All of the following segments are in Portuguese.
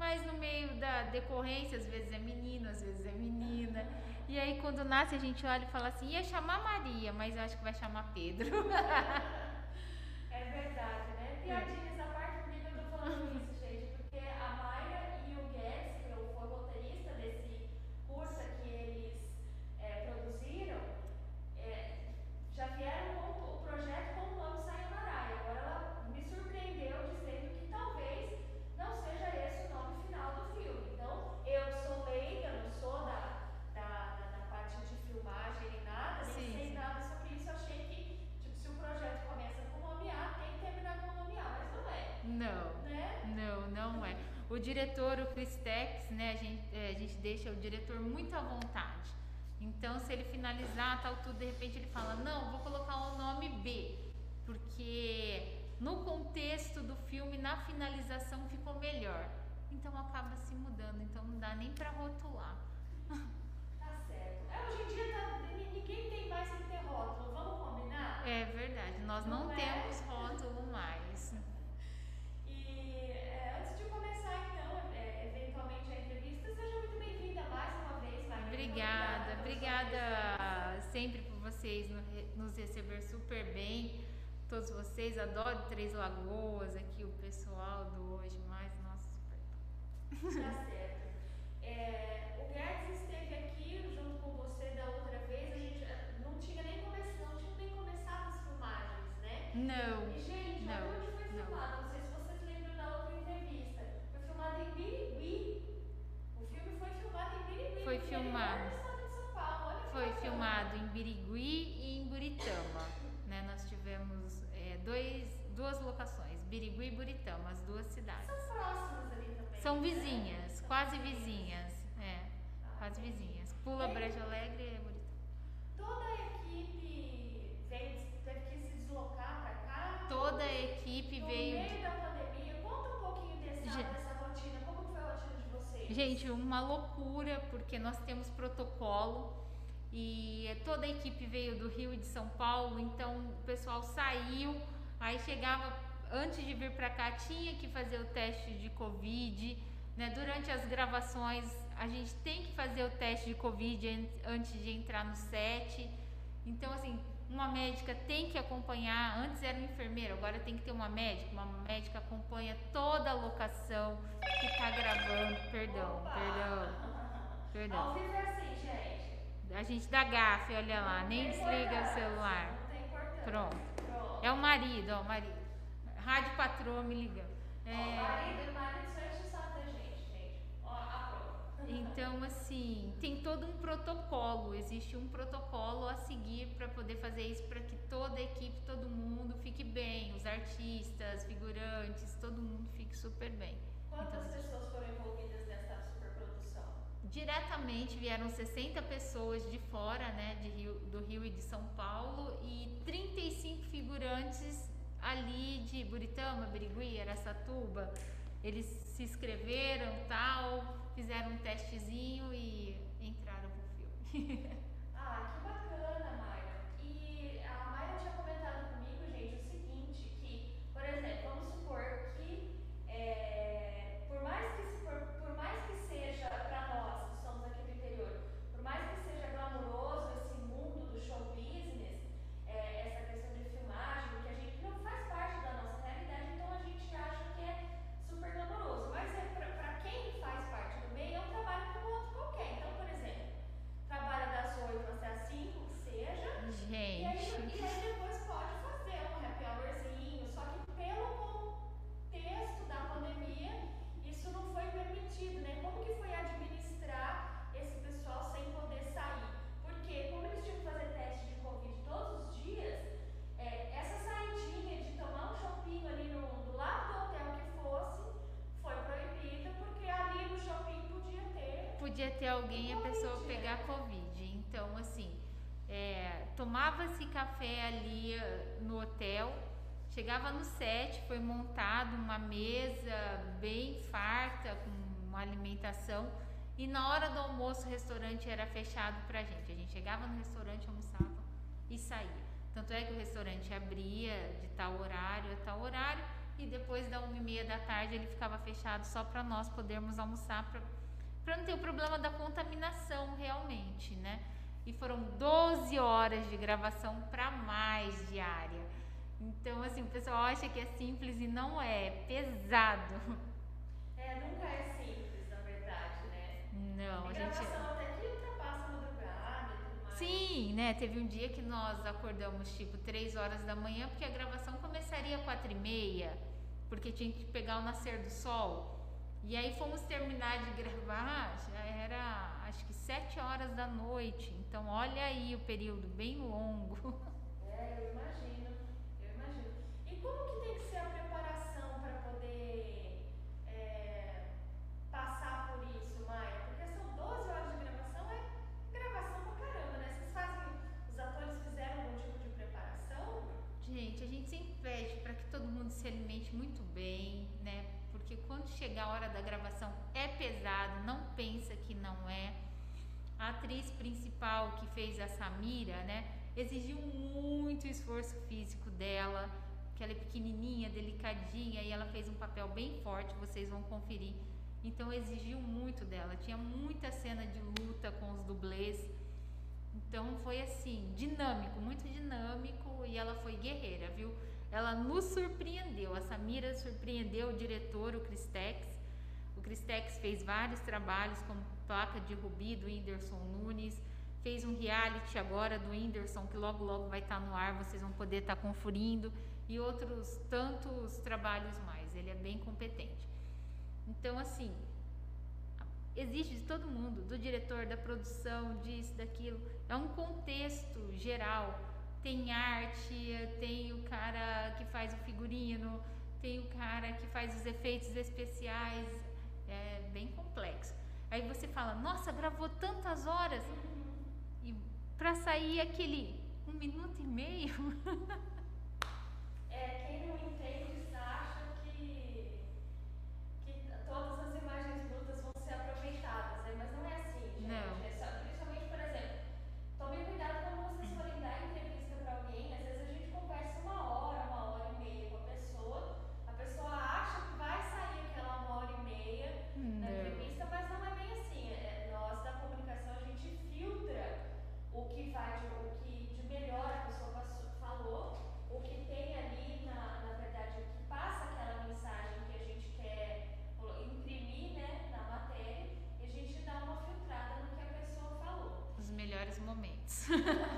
mas no meio da decorrência, às vezes é menino, às vezes é menina. E aí quando nasce a gente olha e fala assim, ia chamar Maria, mas eu acho que vai chamar Pedro. É verdade, né? Piadinhas à parte, por que eu tô falando isso, gente? Porque a Mayra e o Guedes, que foi roteirista desse curta que eles produziram, é, já vieram com o projeto com o nome Sayonara. E agora ela me surpreendeu dizendo que talvez não seja esse o nome final do filme. Então, eu sou leiga, não sou da parte de filmagem nem nada, nem Sim, sei sim. nada sobre isso. Eu achei que, tipo, se o projeto começa com o nome A, tem que terminar com o nome A, mas não é, Não, né? não é. O diretor, o Chris Tex, né, a gente deixa o diretor muito à vontade. Então, se ele finalizar, tal, tudo, de repente ele fala, não, vou colocar o nome B, porque no contexto do filme, na finalização, ficou melhor. Então, acaba se mudando, então não dá nem pra rotular. Tá certo. Hoje em dia ninguém tem mais que ter rótulo, vamos combinar? É verdade, nós não Não é? temos rótulo mais. E antes de começar, então, eventualmente a entrevista, seja muito bem-vinda mais uma vez, Maria. Muito obrigada pela sua Obrigada presença. sempre por vocês nos receber super bem. Todos vocês, adoro Três Lagoas, aqui o pessoal do Hoje Mais, nossa, super Tá certo. O Guedes esteve aqui junto com você da outra vez, a gente não tinha nem começado as filmagens, né? Não, E, gente, olha onde foi não. filmado, não sei se vocês lembram da outra entrevista. Foi filmado em Birigui. O filme foi filmado em Birigui, Foi no interior filmado. do estado de São Paulo. Olha que Foi bacana. filmado em Birigui e em Buritama. Né? Nós tivemos duas locações, Birigui e Buritama, as duas cidades. São próximas ali também. São né? vizinhas, São quase vizinhas. Quase vizinhas. Pula Brejo Alegre e Buritama. Toda a equipe teve que se deslocar para cá. Toda a equipe veio. No meio da pandemia, conta um pouquinho dessa rotina. Como foi a rotina de vocês? Gente, uma loucura, porque nós temos protocolo e toda a equipe veio do Rio e de São Paulo, então o pessoal saiu, aí chegava, antes de vir para cá, tinha que fazer o teste de Covid, né? Durante as gravações, a gente tem que fazer o teste de Covid antes de entrar no set. Então, assim, uma médica tem que acompanhar. Antes era um enfermeiro, agora tem que ter uma médica. Uma médica acompanha toda a locação que está gravando. Perdão. Ao vivo é assim, gente. A gente dá gafe, olha lá, nem desliga o celular. Não tem importância. Pronto. É o marido, ó, o marido. Rádio Patroa me ligando. Marido só enche o saco da gente. Ó, a prova. Então, assim, tem todo um protocolo, existe um protocolo a seguir para poder fazer isso, para que toda a equipe, todo mundo fique bem, os artistas, figurantes, todo mundo fique super bem. Quantas pessoas foram envolvidas nessa superprodução? Diretamente vieram 60 pessoas de fora, né, do Rio e de São Paulo, e 35 figurantes ali de Buritama, Birigui, Araçatuba. Eles se inscreveram, tal, fizeram um testezinho e entraram pro filme. Que bacana, Mayra. E a Mayra tinha comentado comigo, gente, o seguinte, que, por exemplo, vamos supor que por mais que seja para nós que somos aqui do interior, por mais que seja glamouroso esse mundo do show business, essa questão de filmagem, que a gente não faz parte da nossa realidade, então a gente acha que é super glamouroso. Mas para quem faz parte do meio, é um trabalho como outro qualquer. Então, por exemplo, trabalha das 8 até as 5, que seja. Gente. E aí depois pode fazer um happy hourzinho, só que pelo contexto da pandemia, isso não foi permitido, né? Como que foi administrar esse pessoal sem poder sair? Porque como eles tinham que fazer teste de Covid todos os dias, essa saidinha de tomar um shopping ali do lado do hotel que fosse, foi proibida, porque ali no shopping podia ter alguém e a pessoa pegar Covid. Então, assim, tomava-se café ali no hotel, chegava no set, foi montado uma mesa bem farta, com uma alimentação, e na hora do almoço o restaurante era fechado pra gente. A gente chegava no restaurante, almoçava e saía. Tanto é que o restaurante abria de tal horário a tal horário, e depois da 1h30 da tarde ele ficava fechado só para nós podermos almoçar, para não ter o problema da contaminação realmente, né? E foram 12 horas de gravação para mais diária. Então, assim, o pessoal acha que é simples e não é, pesado. Nunca é simples, na verdade, né? Não, a gravação até que ultrapassa a madrugada e tudo mais. Sim, né? Teve um dia que nós acordamos tipo 3 horas da manhã, porque a gravação começaria 4h30, porque tinha que pegar o nascer do sol. E aí fomos terminar de gravar, já era acho que 7 horas da noite. Então olha aí o período bem longo. Eu imagino. E como que tem que ser a preparação para poder passar por isso, Maia? Porque são 12 horas de gravação, é gravação pra caramba, né? Os atores fizeram algum tipo de preparação? Gente, a gente sempre pede para que todo mundo se alimente muito bem, né? Porque quando chegar a hora da gravação é pesado, não pensa que não é. A atriz principal que fez a Samira, né, exigiu muito esforço físico dela, que ela é pequenininha, delicadinha, e ela fez um papel bem forte, vocês vão conferir. Então exigiu muito dela, tinha muita cena de luta com os dublês. Então foi assim, dinâmico, muito dinâmico, e ela foi guerreira, viu? Ela nos surpreendeu, a Samira surpreendeu o diretor, o Cristex. O Cristex fez vários trabalhos, como Placa de Rubi, do Whindersson Nunes. Fez um reality agora do Whindersson, que logo logo vai estar no ar, vocês vão poder estar conferindo. E outros tantos trabalhos mais, ele é bem competente. Então, assim, exige de todo mundo, do diretor, da produção, disso, daquilo. É um contexto geral. Tem arte, tem o cara que faz o figurino, tem o cara que faz os efeitos especiais, é bem complexo. Aí você fala, nossa, gravou tantas horas, e pra sair aquele 1 minuto e meio. Quem não entende acha que todas as imagens brutas vão ser aproveitadas, né? Mas não é assim, gente. Não. Principalmente, por exemplo, tome cuidado quando vocês forem dar entrevista para alguém. Às vezes a gente conversa 1 hora e meia com a pessoa acha que vai sair aquela 1 hora e meia na entrevista, mas não é bem assim. Nós da comunicação, a gente filtra o que de melhor a pessoa falou, o que tem ali, na verdade, o que passa aquela mensagem que a gente quer imprimir, né, na matéria, e a gente dá uma filtrada no que a pessoa falou. Os melhores momentos.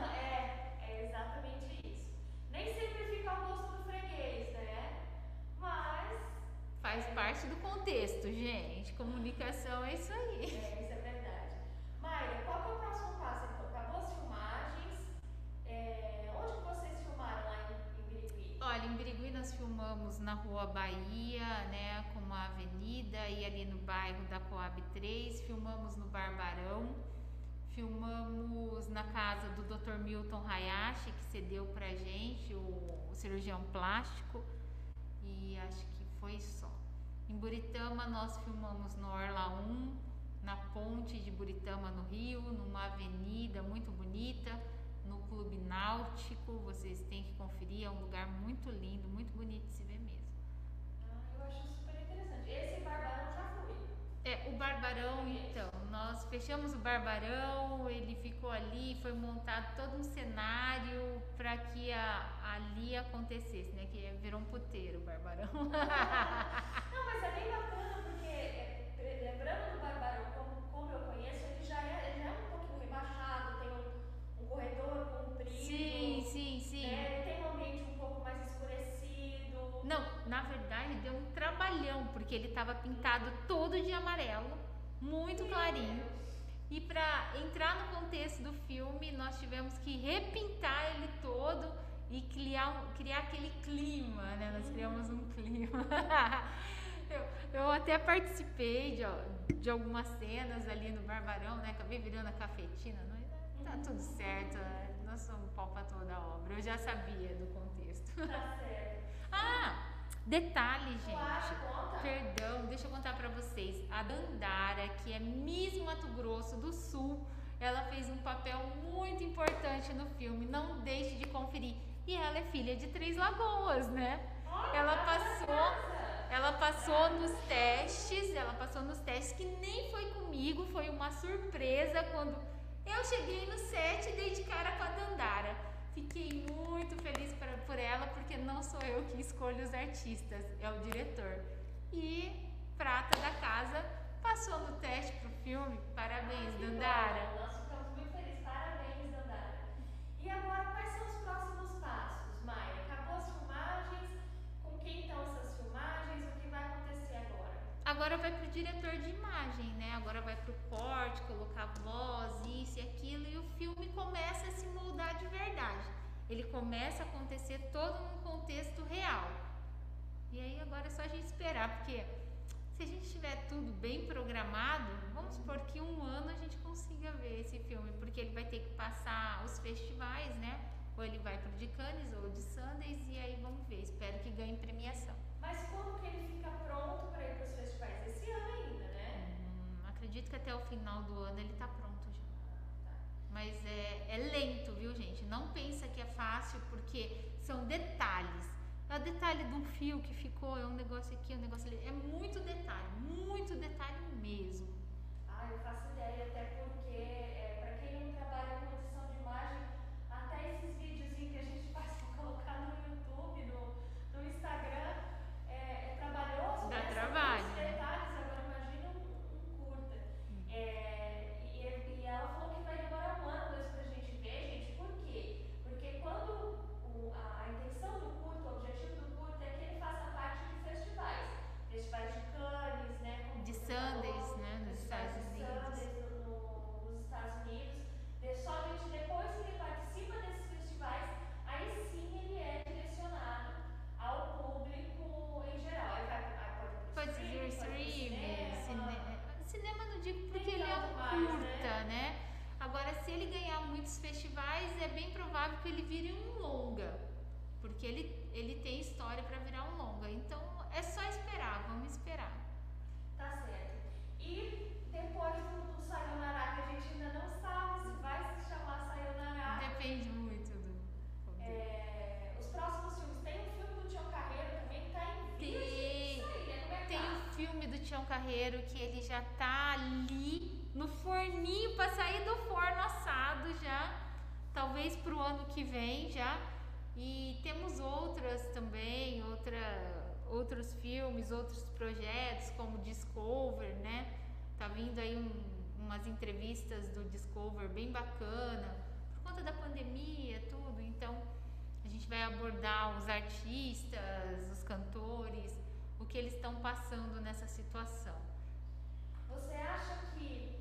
É exatamente isso. Nem sempre fica ao gosto do freguês, né? Mas faz parte do contexto, gente. Comunicação é isso aí. Isso é verdade. Mayra, qual que é o próximo passo, então? Acabou as filmagens. Onde que vocês filmaram lá em Birigui? Olha, em Birigui nós filmamos na Rua Bahia, né, com uma avenida, e ali no bairro da Coab 3, filmamos no Barbarão, filmamos na casa do Dr. Milton Hayashi, que cedeu pra gente, o cirurgião plástico, e acho que foi só. Em Buritama nós filmamos no Orla 1, na ponte de Buritama no Rio, numa avenida muito bonita, no Clube Náutico, vocês têm que conferir, é um lugar muito lindo, muito bonito de se ver mesmo. Eu acho super interessante. Esse Barbarão já fui. O Barbarão, então, nós fechamos o Barbarão, ele ficou ali, foi montado todo um cenário para que ali acontecesse, né, que virou um puteiro o Barbarão. Não, mas é bem bacana, porque lembrando do Barbarão, como eu conheço, ele já é um pouquinho rebaixado, tem um corredor comprido. Sim. Né? Tem um ambiente um pouco mais escurecido. Não, na verdade deu um trabalhão, porque ele estava pintado todo de amarelo, muito clarinho. E para entrar no contexto do filme, nós tivemos que repintar ele todo e criar aquele clima, né? Nós criamos um clima. Eu até participei de algumas cenas ali no Barbarão, né? Acabei virando a cafetina, mas tá tudo certo, nós somos pau pra toda a obra. Eu já sabia do contexto. Tá certo. Detalhe, gente. Claro, conta. Perdão, deixa eu contar pra vocês. A Dandara, que é Miss Mato Grosso do Sul, ela fez um papel muito importante no filme. Não deixe de conferir. E ela é filha de Três Lagoas, né? Ela passou nos testes, que nem foi comigo, foi uma surpresa quando eu cheguei no set e dei de cara com a Dandara. Fiquei muito feliz por ela, porque não sou eu que escolho os artistas, é o diretor. E prata da casa passou no teste pro filme. Parabéns, Dandara. Bom. Nós ficamos muito felizes. Parabéns, Dandara. E agora, quais são os próximos passos, Maia? Acabou as filmagens? Com quem estão essas filmagens? O que vai acontecer agora? Agora vai pro diretor de imagem, né? Agora vai pro corte, colocar voz, isso e aquilo, e o filme começa a se moldar de verdade. Ele começa a acontecer todo num contexto real. E aí agora é só a gente esperar, porque se a gente tiver tudo bem programado, vamos supor que um ano a gente consiga ver esse filme, porque ele vai ter que passar os festivais, né? Ou ele vai pro de Cannes ou de Sundance, e aí vamos ver, espero que ganhe premiação. Mas como que ele fica pronto para ir para os festivais? Esse ano ainda, né? Acredito que até o final do ano ele tá pronto já. Mas é lento, viu, gente? Não pensa que é fácil, porque são detalhes. É o detalhe de um fio que ficou, é um negócio aqui, é um negócio ali. É muito detalhe mesmo. Eu faço ideia, até porque, para quem não trabalha com edição de imagem, até esses videozinhos que a gente faz para colocar no YouTube, no Instagram, é trabalhoso. Dá né? trabalho. São detalhes, agora imagina um curta. E ela falou que vai demorar um ano mesmo pra gente ver, gente. Por quê? Porque quando a intenção do curta, o objetivo do curta é que ele faça parte de festivais. Festivais de Cannes, né? De Sundance, né? Nos Estados Unidos. Nos Estados Unidos. Somente depois que ele participa desses festivais, aí sim ele é direcionado ao público em geral. Aí pode ser streaming, cinema não digo porque ele é um mais, curta, né? Agora, se ele ganhar muitos festivais, é bem provável que ele vire um longa, porque ele tem história para virar um longa. Então, é só esperar, vamos esperar. Tá certo. E depois do Sayonara, que a gente ainda não sabe se vai se chamar Sayonara. Depende muito do... Os próximos filmes. Tem um filme do Tião Carreiro também que tá em vias de sair, né? Tem um filme do Tião Carreiro que ele já tá ali no forninho para sair do forno assado já, talvez pro ano que vem já. E temos outras também, outros filmes, outros projetos como Discover, né? Tá vindo aí umas entrevistas do Discover bem bacana, por conta da pandemia, tudo. Então, a gente vai abordar os artistas, os cantores, o que eles estão passando nessa situação. Você acha que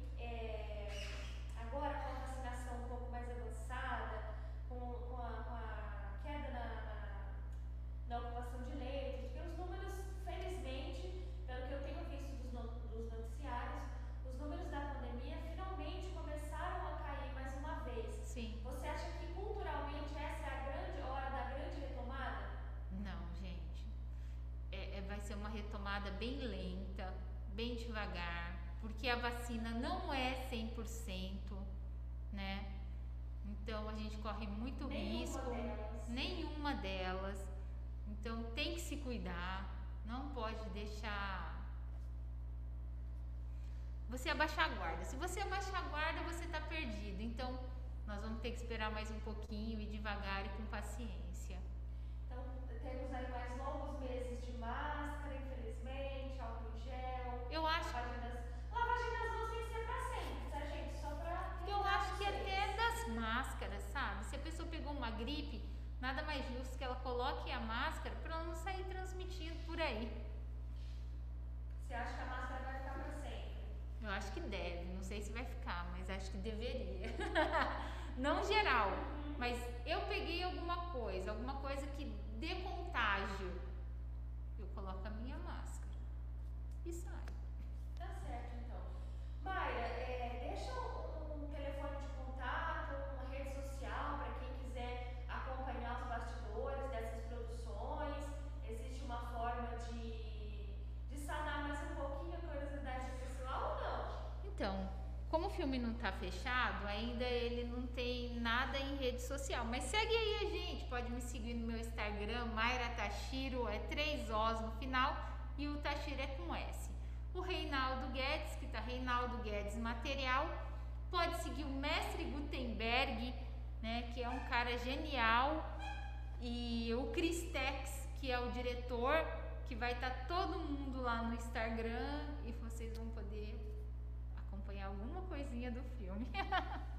agora com a vacinação um pouco mais avançada, com a queda na ocupação de leitos, porque os números, felizmente, pelo que eu tenho visto dos noticiários, os números da pandemia finalmente começaram a cair mais uma vez. Sim. Você acha que culturalmente essa é a grande hora da grande retomada? Não, gente. Vai ser uma retomada bem lenta, bem devagar, porque a vacina não é 100%, né? Então a gente corre muito risco. Nenhuma delas. Então tem que se cuidar, não pode deixar você abaixar a guarda. Se você abaixar a guarda, você está perdido. Então nós vamos ter que esperar mais um pouquinho, ir devagar e com paciência. Então temos aí mais longos meses de máscara, infelizmente, álcool em gel. Eu acho. Lavagem das mãos tem que ser pra sempre, tá, gente? Só pra. Eu acho que até das máscaras, sabe? Se a pessoa pegou uma gripe, nada mais justo que ela coloque a máscara para ela não sair transmitindo por aí. Você acha que a máscara vai ficar pra sempre? Eu acho que deve, não sei se vai ficar, mas acho que deveria. Não geral, mas eu peguei alguma coisa que dê contágio, eu coloco a minha máscara e sai. Tá certo, então. Maia, deixa um telefone de contato, uma rede social para quem quiser acompanhar os bastidores dessas produções. Existe uma forma de sanar mais um pouquinho a curiosidade pessoal ou não? Então, como filme não tá fechado, ainda ele não tem nada em rede social. Mas segue aí a gente, pode me seguir no meu Instagram, Mayra Tashiro, é 3 Os no final e o Tashiro é com S. O Reinaldo Guedes, que tá Reinaldo Guedes Material, pode seguir o Mestre Gutenberg, né, que é um cara genial, e o Cristex, que é o diretor, que vai estar todo mundo lá no Instagram e vocês vão poder acompanhar alguma coisinha do filme.